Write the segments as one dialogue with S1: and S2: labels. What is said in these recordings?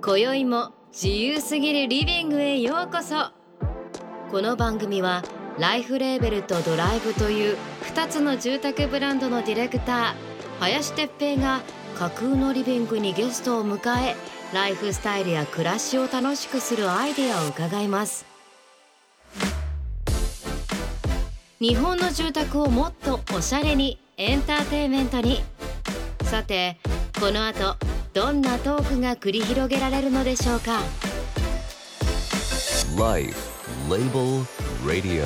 S1: 今宵も自由すぎるリビングへようこそ。この番組はライフレーベルとドライブという2つの住宅ブランドのディレクター林哲平が架空のリビングにゲストを迎え、ライフスタイルや暮らしを楽しくするアイデアを伺います。日本の住宅をもっとおしゃれに、エンターテインメントに。さてこの後どんなトークが繰り広げられるのでしょうか。
S2: Life Label Radio。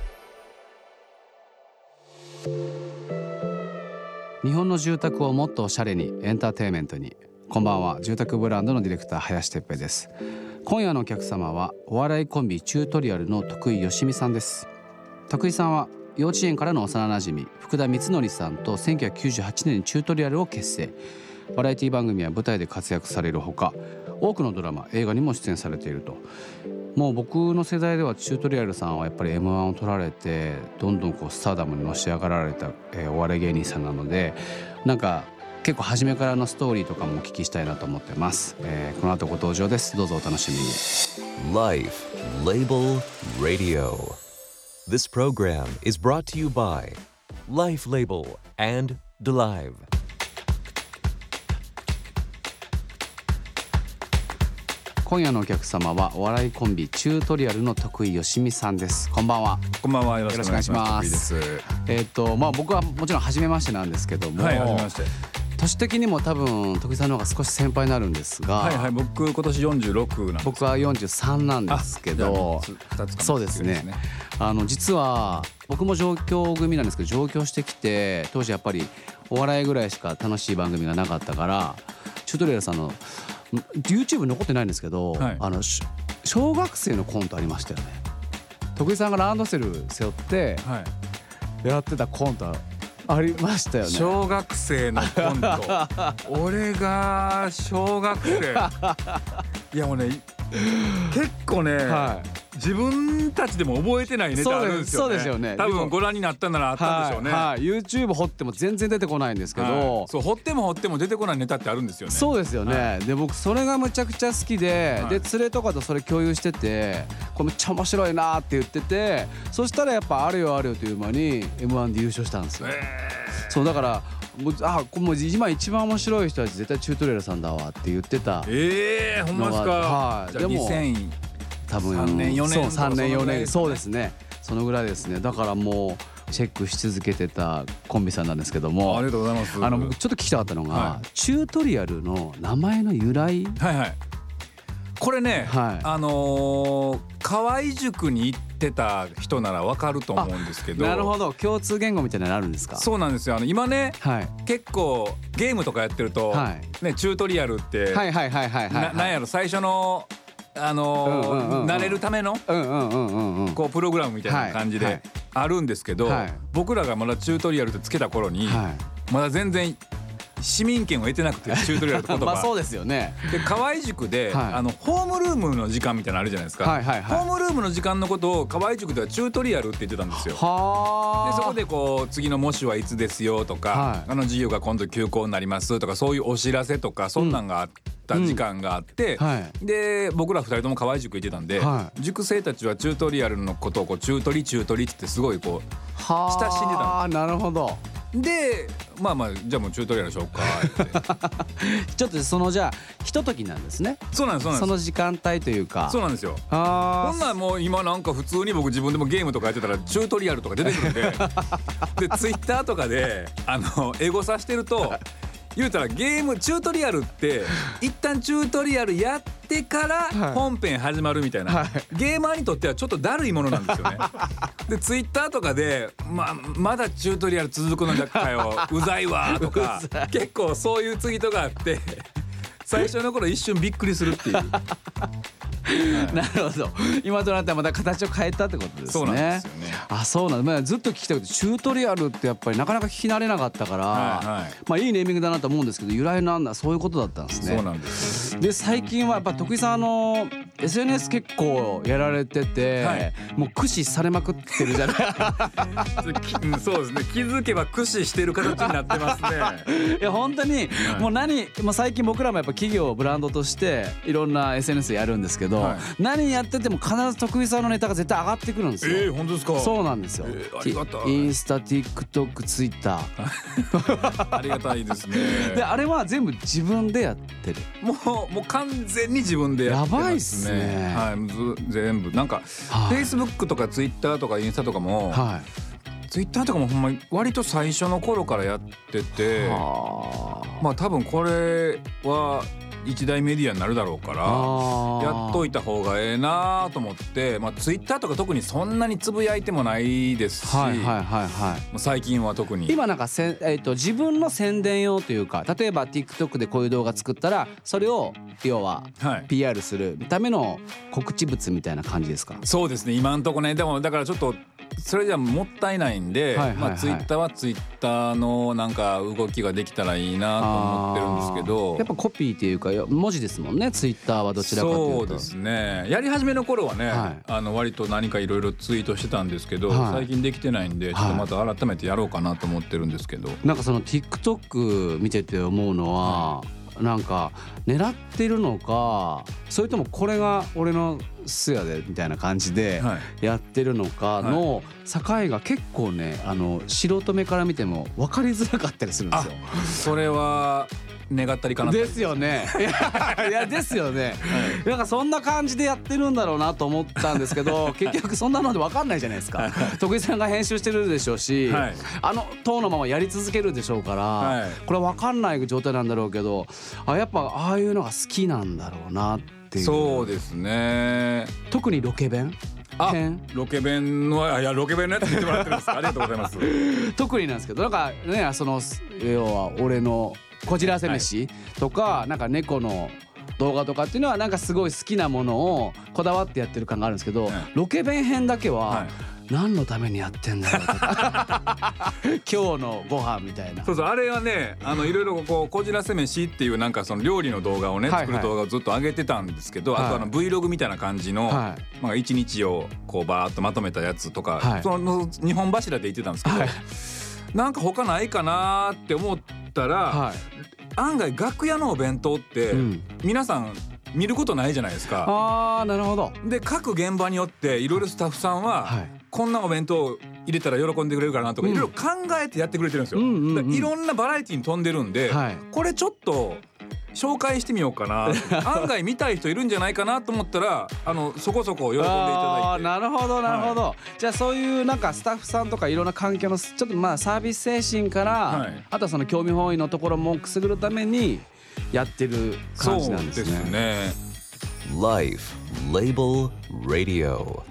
S3: 日本の住宅をもっとおしゃれに、エンターテインメントに。こんばんは、住宅ブランドのディレクター林哲平です。今夜のお客様はお笑いコンビチュートリアルの徳井よしみさんです。徳井さんは幼稚園からの幼なじみ福田光則さんと1998年にチュートリアルを結成。バラエティ番組や舞台で活躍されるほか、多くのドラマ映画にも出演されていると。もう僕の世代ではチュートリアルさんはやっぱり M1 を取られてどんどんスターダムにのし上がられた、お笑い芸人さんなので、なんか結構初めからのストーリーとかもお聞きしたいなと思ってます。この後ご登場です。どうぞお楽しみに。
S2: Life Label Radio。 This program is brought to you by Life Label and Delive。
S3: 今夜のお客様はお笑いコンビチュートリアルの徳井よしみさんです。こんばんは。
S4: こんばんは、よろしくお願いします。
S3: よろしくお願いします。僕はもちろん初めましてなんですけども、
S4: はい、初めまして。
S3: 年的にも多分徳井さんの方が少し先輩になるんですが、
S4: はいはい、僕今年46なんです。
S3: 僕は43なんですけど、
S4: 2つ
S3: そうですね。実は僕も上京組なんですけど、上京してきて当時やっぱりお笑いぐらいしか楽しい番組がなかったから、チュートリアルさんのYouTube 残ってないんですけど、はい、小学生のコントありましたよね。徳井さんがランドセル背負ってやってたコントありましたよね。
S4: 小学生のコント俺が小学生いやもうね、結構ね、はい、自分たちでも覚えてないネタあるんですよね。
S3: そうですよね。
S4: 多分ご覧になったならあったんでしょうね。
S3: はいはい、YouTube 掘っても全然出てこないんですけど、
S4: はい、そう掘っても出てこないネタってあるんですよね。
S3: そうですよね。はい、で僕それがむちゃくちゃ好きで、はい、で連れとかとそれ共有してて、これめっちゃ面白いなって言ってて、そしたらやっぱあるよあるよという間に M1 で優勝したんですよ。そうだからもう今一番面白い人たち絶対チュートリアルさんだわって言ってた。
S4: ほんまですか。はい、じゃあ2000
S3: 多分
S4: 3年4年
S3: そう3年4年そうですね、そのぐらいですね。だからもうチェックし続けてたコンビさんなんですけども、
S4: ありがとうございます。
S3: ちょっと聞きたかったのが、
S4: はい、
S3: チュートリアルの名前の由来。
S4: はいはい、これね、はい、河合塾に行ってた人なら分かると思うんですけど。
S3: なるほど、共通言語みたいなのあるんですか。
S4: そうなんですよ。今ね、はい、結構ゲームとかやってると、はいね、チュートリアルってなんやろ、最初の慣れるためのこうプログラムみたいな感じであるんですけど、はい、僕らがまだチュートリアルってつけた頃に、はい、まだ全然市民権を得てなくて、チュートリアルって言葉
S3: まあそうですよね。
S4: で河合塾で、はい、ホームルームの時間みたいなのあるじゃないですか、はいはいはい、ホームルームの時間のことを河合塾ではチュートリアルって言ってたんですよ。でそこでこう次の模試はいつですよとか、はい、授業が今度休校になりますとか、そういうお知らせとかそんなんがあって、時間があって、はい、で僕ら2人とも河合塾行ってたんで、はい、塾生たちはチュートリアルのことをこうチュートリってすごいこう親しんでたんです。
S3: なるほど。
S4: でまあじゃあもうチュートリアルしようかって
S3: ちょっとそのじゃあひとときなんですね。
S4: そうなんです。
S3: その時間帯というか。
S4: そうなんですよ。こんなんもう今なんか普通に僕自分でもゲームとかやってたらチュートリアルとか出てくるんででツイッターとかでエゴサしてると言うたらゲームチュートリアルって一旦チュートリアルやってから本編始まるみたいな、はい、ゲーマーにとってはちょっとだるいものなんですよね。でツイッターとかで、まだチュートリアル続くのかようざいわとか結構そういうツイートがあって最初の頃一瞬びっくりするっていう
S3: なるほど。今となってはまた形を変えたってことですね。
S4: そうなんですよね。
S3: そうなんだ。ずっと聞きたくて、チュートリアルってやっぱりなかなか聞き慣れなかったから、はいはい、いいネーミングだなと思うんですけど、由来なんだそういうことだったんですね。
S4: そうなんです。
S3: で最近はやっぱ徳井さん SNS 結構やられてて、はい、もう駆使されまくってるじゃない
S4: そうですね、気づけば駆使してる形になってますね
S3: いや本当に、はい、もう最近僕らもやっぱ企業ブランドとしていろんな SNS やるんですけど、はい、何やってても必ず徳井さんのネタが絶対上がってくるんですよ。
S4: 本当ですか？
S3: そうなんですよ、
S4: ありがたい。
S3: インスタ、TikTok、Twitter
S4: ありがたいですね
S3: であれは全部自分でやってる。
S4: もう完全に自分でやってますね。
S3: やばいっすね。
S4: はい、全部なんか、はい、Facebook とか Twitter とかインスタとかも、はい、Twitter とかもほんまに割と最初の頃からやってて、まあ多分これは一大メディアになるだろうからやっといた方がええなと思って、まあ、ツイッターとか特にそんなにつぶやいてもないですし、はいはいはいはい、最近は特に
S3: 今なんか自分の宣伝用というか、例えば TikTok でこういう動画作ったらそれを要は PR するための告知物みたいな感じですか？
S4: そうですね、今んとこね。でもだからちょっとそれじゃもったいないんで、まあ、ツイッターはツイッターのなんか動きができたらいいなと思ってるんですけど、
S3: やっぱコピーっていうか文字ですもんね、ツイッターはどちらかというと。
S4: そうですね、やり始めの頃はね、はい、割と何かいろいろツイートしてたんですけど、はい、最近できてないんでちょっとまた改めてやろうかなと思ってるんですけど、
S3: なんかその TikTok 見てて思うのは、なんか狙ってるのかそれともこれが俺の素やでみたいな感じでやってるのかの境が結構ね、素人目から見ても分かりづらかったりするんですよ。
S4: それは願ったりかな
S3: ですよねいやですよね、はい、なんかそんな感じでやってるんだろうなと思ったんですけど結局そんなので分かんないじゃないですか徳井さんが編集してるでしょうし、はい、トーンのままやり続けるでしょうから、はい、これ分かんない状態なんだろうけど、やっぱああいうのが好きなんだろうなっていう。
S4: そうですね、
S3: 特にロケ弁
S4: ロケ弁のロケ弁のやつ見てもらってるんですかありがとうございます
S3: 特になんですけど、なんかね、要は俺のこじらせ飯とか、なんか猫の動画とかっていうのはなんかすごい好きなものをこだわってやってる感があるんですけど、ロケ弁編だけは何のためにやってんだろうとか今日のご飯みたいな。
S4: そうそう、あれはね、いろいろこじらせ飯っていうなんかその料理の動画をね、作る動画をずっと上げてたんですけど、あとVlog みたいな感じの、まあ一日をこうバーッとまとめたやつとか、その2本柱で言ってたんですけど、なんか他ないかなって思ったら、案外楽屋のお弁当って皆さん見ることないじゃないですか。
S3: あー、なるほど。
S4: で各現場によっていろいろスタッフさんは、こんなお弁当入れたら喜んでくれるかなとかいろいろ考えてやってくれてるんですよ。いろんなバラエティに飛んでるんで、これちょっと紹介してみようかな案外見たい人いるんじゃないかなと思ったらそこそこ喜んでいただいて。
S3: なるほどなるほど、じゃあそういうなんかスタッフさんとかいろんな環境のちょっとまあサービス精神から、あとはその興味本位のところもくすぐるためにやってる感じなんですね。
S4: そうですね。
S2: Life Label Radio、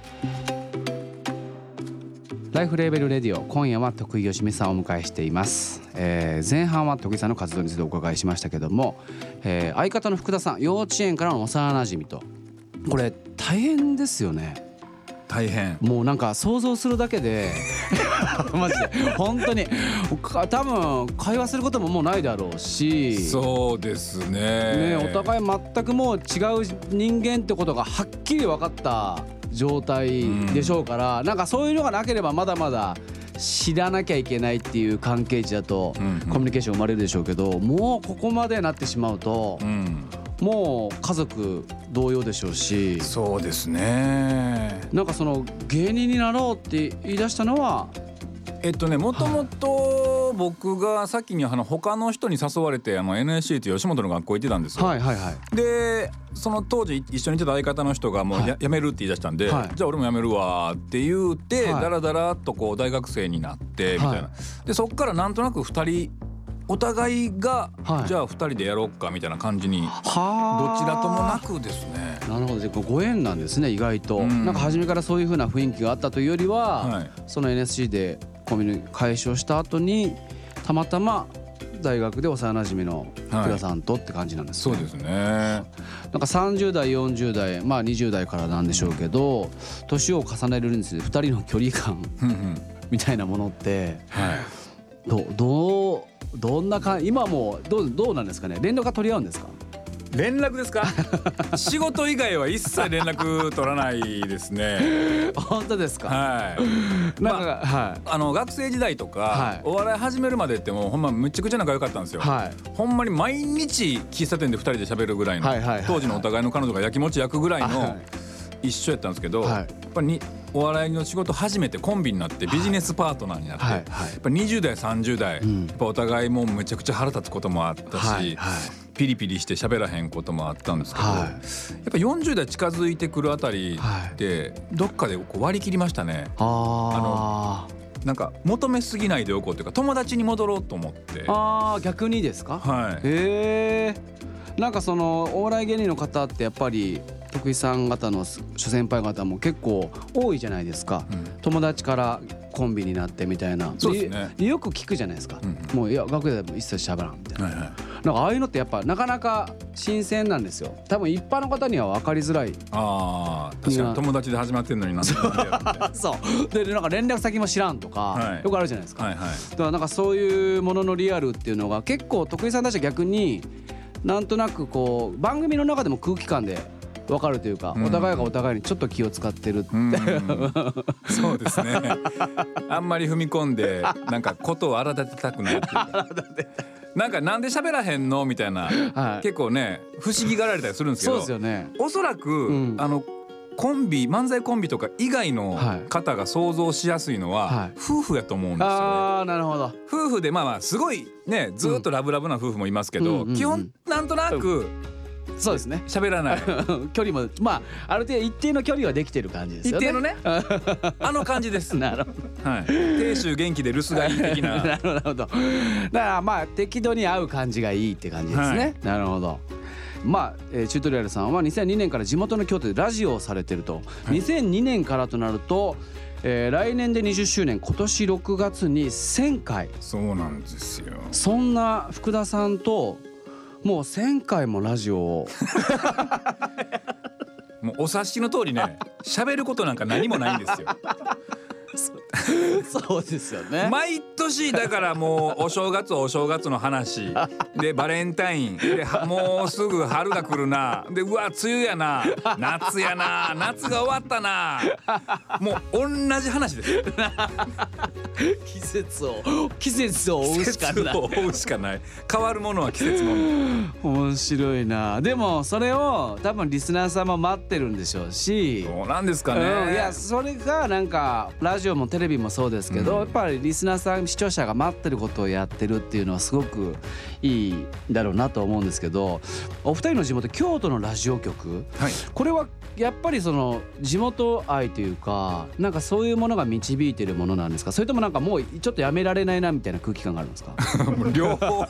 S3: ライフレーベルレディオ、今夜は徳井よしみさんをお迎えしています。前半は徳井さんの活動についてお伺いしましたけども、相方の福田さん、幼稚園からの幼馴染と、これ大変ですよね。
S4: 大変、
S3: もうなんか想像するだけでマジで本当に多分会話することももうないだろうし。
S4: そうですね、
S3: お互い全くもう違う人間ってことがはっきり分かった状態でしょうから、なんかそういうのがなければまだまだ知らなきゃいけないっていう関係値だとコミュニケーション生まれるでしょうけど、もうここまでなってしまうと、もう家族同様でしょうし。
S4: そうですね。
S3: なんかその芸人になろうって言い出したのは
S4: もともと僕が先に他の人に誘われてNSC って吉本の学校行ってたんですよ。でその当時一緒にいてた相方の2人がもう辞めるって言い出したんで、じゃあ俺も辞めるわって言ってダラダラっとこう大学生になってみたいな。でそっからなんとなく2人お互いが、じゃあ2人でやろうかみたいな感じにどちらともなくですね。
S3: なるほど、ご縁なんですね意外と。なんか初めからそういう風な雰囲気があったというよりは、その NSC でコミュニ解消した後にたまたま大学で幼馴染の福田さんとって感じなんですね。
S4: そうですね。
S3: なんか30代40代まあ20代からなんでしょうけど、年を重ねるにつれて2人の距離感みたいなものって、どんな今もどうなんですかね。連絡が取り合うんですか？
S4: 連絡ですか仕事以外は一切連絡取らないですね
S3: 本当ですか。
S4: はい
S3: なんか、はい、
S4: 学生時代とか、
S3: はい、
S4: お笑い始めるまでってもうほんまむちゃくちゃ仲良かったんですよ、
S3: はい、
S4: ほんまに毎日喫茶店で2人で喋るぐらいの、
S3: はいはいはいはい、当
S4: 時のお互いの彼女がやきもち焼くぐらいの一緒やったんですけど、はい、やっぱりお笑いの仕事始めてコンビになってビジネスパートナーになって、はいはいはい、やっぱ20代30代、うん、やっぱお互いもうめちゃくちゃ腹立つこともあったし、はいはい、ピリピリして喋らへんこともあったんですけど、はい、やっぱ40代近づいてくるあたりでどっかでこう割り切りましたね。なんか求めすぎないでおこうというか友達に戻ろうと思って。
S3: 逆にですか。
S4: はい、
S3: なんかそのお笑い芸人の方ってやっぱり徳井さん方の諸先輩方も結構多いじゃないですか、うん、友達からコンビになってみたいな。
S4: そうですね。
S3: よく聞くじゃないですか、うんうん、もういや楽屋でも一切しゃべらんみたいな、はいはい、なんかああいうのってやっぱなかなか新鮮なんですよ。多分一般の方には分かりづらい。
S4: 確かに友達で始まってんのになんでなんだよみたいな
S3: そうでなんか連絡先も知らんとか、はい、よくあるじゃないですか、はいはい、だからなんかそういうもののリアルっていうのが結構徳井さんたちは逆になんとなくこう番組の中でも空気感で分かるというか、お互いがお互いにちょっと気を使ってるって
S4: そうですねあんまり踏み込んでなんかことを荒立てたくないっていうかなんで喋らへんのみたいな、はい、結構ね不思議がられたりするんですけど、
S3: そうですよね。
S4: おそらく、コンビ漫才コンビとか以外の方が想像しやすいのは、はい、夫婦やと思うんですよね。
S3: なるほど。
S4: 夫婦でまあすごいねずっとラブラブな夫婦もいますけど、基本なんとなく、
S3: そうですね。
S4: 喋らない
S3: 距離もある程度一定の距離はできてる感じですよね。
S4: 一定のね感じです。
S3: なるほど、
S4: はい、亭主元気で留守がいい的な
S3: なるほど。だから適度に合う感じがいいって感じですね、はい、なるほど。チュートリアルさんは2002年から地元の京都でラジオをされてると、はい、2002年からとなると、来年で20周年今年6月に1000回。
S4: そうなんですよ。
S3: そんな福田さんともう1000回もラジオを
S4: もうお察しの通りね喋ることなんか何もないんですよ
S3: そうですよね。
S4: 毎年だからもうお正月はお正月の話でバレンタインでもうすぐ春が来るなでうわ梅雨やな夏やな夏が終わったなもう同じ話です
S3: 季節を追うしかない。季節を
S4: 追うしかない。変わるものは季節もの。
S3: 面白いな。でもそれを多分リスナーさんも待ってるんでしょうし。
S4: そうなんですかね、
S3: いやそれがなんかラジオもテレビもそうですけど、やっぱりリスナーさん視聴者が待ってることをやってるっていうのはすごくいいんだろうなと思うんですけど、お二人の地元京都のラジオ局、はい、これはやっぱりその地元愛というかなんかそういうものが導いてるものなんですか、それともなんかもうちょっとやめられないなみたいな空気感があるんですか
S4: 両方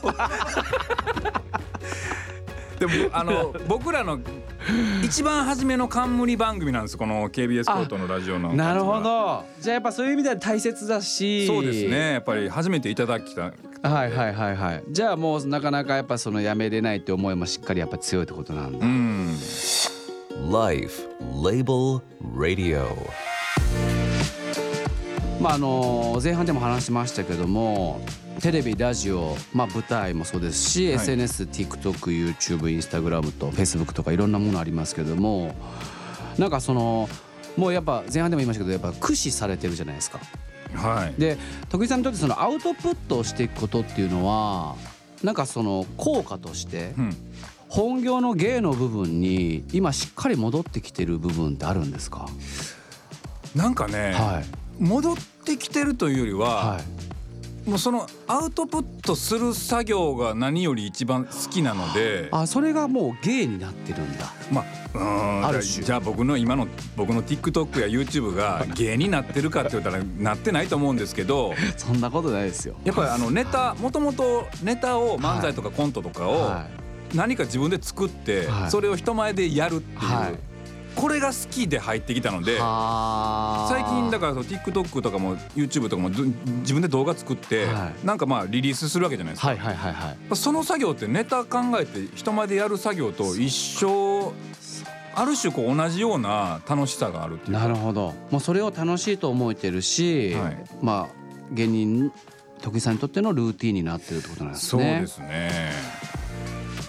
S4: でも僕らの一番初めの冠番組なんですこの KBS 京都のラジオの。
S3: なるほど。じゃあやっぱそういう意味では大切だし。
S4: そうですね。やっぱり初めていただきた。
S3: はいはいはいはい。じゃあもうなかなかやっぱそのやめれないって思いもしっかりやっぱ強いってことなんだ。
S2: Life Label Radio。
S3: 前半でも話しましたけども。テレビ、ラジオ、舞台もそうですし、はい、SNS、TikTok、YouTube、Instagram と Facebook とかいろんなものありますけども、なんかそのもうやっぱ前半でも言いましたけどやっぱ駆使されてるじゃないですか。
S4: はい。
S3: で徳井さんにとってそのアウトプットをしていくことっていうのはなんかその効果として、本業の芸の部分に今しっかり戻ってきてる部分ってあるんですか？
S4: なんかね、はい、戻ってきてるというよりは、はい、もうそのアウトプットする作業が何より一番好きなので、
S3: それがもう芸になってるんだ。
S4: ある種じゃあ僕の TikTok や YouTube が芸になってるかって言ったらなってないと思うんですけど
S3: そんなことないですよ。
S4: やっぱりネタもともとネタを漫才とかコントとかを何か自分で作って、それを人前でやるっていう、これが好きで入ってきたので、最近だからTikTok とかも YouTube とかも自分で動画作って、なんかリリースするわけじゃないですか。その作業ってネタ考えて人前でやる作業と一緒、ある種同じような楽しさがあるっていう。
S3: なるほど。もうそれを楽しいと思えてるし、芸人徳井さんにとってのルーティンになってるってことなんですね。
S4: そうですね。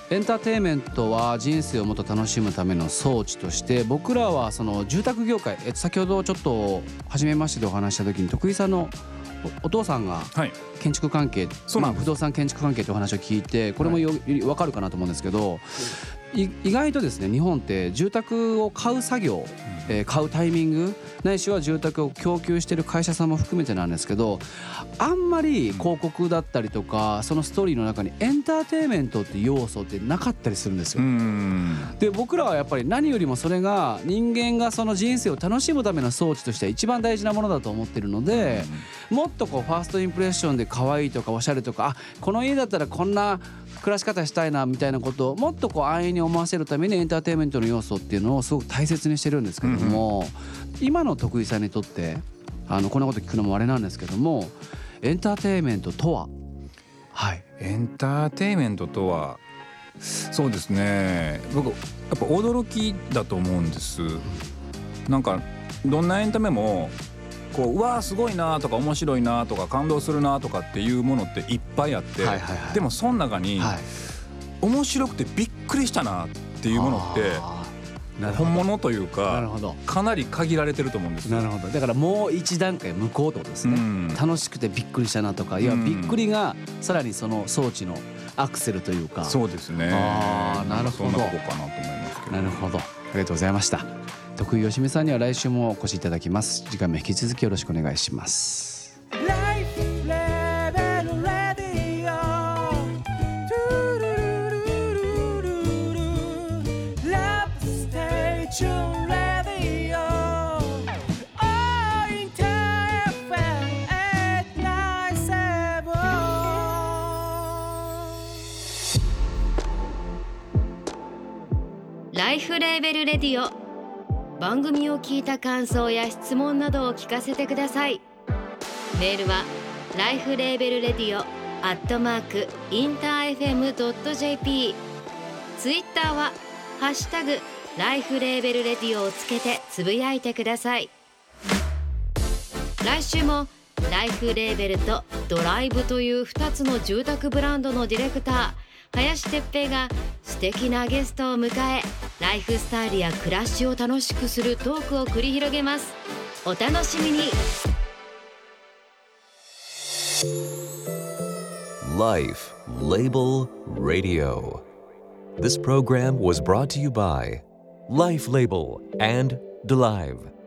S3: エンターテインメントは人生をもっと楽しむための装置として、僕らはその住宅業界、先ほどちょっと初めましてでお話した時に徳井さんのお父さんが建築関係、不動産建築関係というお話を聞いて、これも分かるかなと思うんですけど、意外とですね、日本って住宅を買う作業、買うタイミングないしは住宅を供給している会社さんも含めてなんですけど、あんまり広告だったりとかそのストーリーの中にエンターテインメントっていう要素ってなかったりするんですよ。で僕らはやっぱり何よりもそれが人間がその人生を楽しむための装置としては一番大事なものだと思ってるので、もっとこうファーストインプレッションで可愛いとかおしゃれとか、この家だったらこんな暮らし方したいなみたいなことをもっとこう安易に思わせるためにエンターテインメントの要素っていうのをすごく大切にしてるんですけれども、今の徳井さんにとってこんなこと聞くのもあれなんですけども、エンターテインメントとは？
S4: エンターテインメントとは、そうですね、僕やっぱ驚きだと思うんです。なんかどんなエンタメもこうわーすごいなとか面白いなとか感動するなとかっていうものっていっぱいあって、でもその中に面白くてびっくりしたなっていうものって本物というかかなり限られてると思うんですよ。
S3: なるほど。だからもう一段階向こうってことですね、楽しくてびっくりしたなとか、いやびっくりがさらにその装置のアクセルというか。
S4: そうですね。
S3: なるほど。
S4: そんなとこかなと思いますけど。
S3: なるほど、ありがとうございました。徳井よしみさんには来週もお越しいただきます。次回も引き続きよろしくお願いします。
S1: ライフレーベルレディオ。番組を聞いた感想や質問などを聞かせてください。メールは lifelabelradio@interfm.jp、 ツイッターはハッシュタグライフレーベルレディオをつけてつぶやいてください。来週もライフレーベルとドライブという2つの住宅ブランドのディレクター林哲平が素敵なゲストを迎え、ライフスタイルや暮らしを楽しくするトークを繰り広げます。お楽しみに。
S2: Life Label Radio. This program was brought to you by Life Label and DeLive.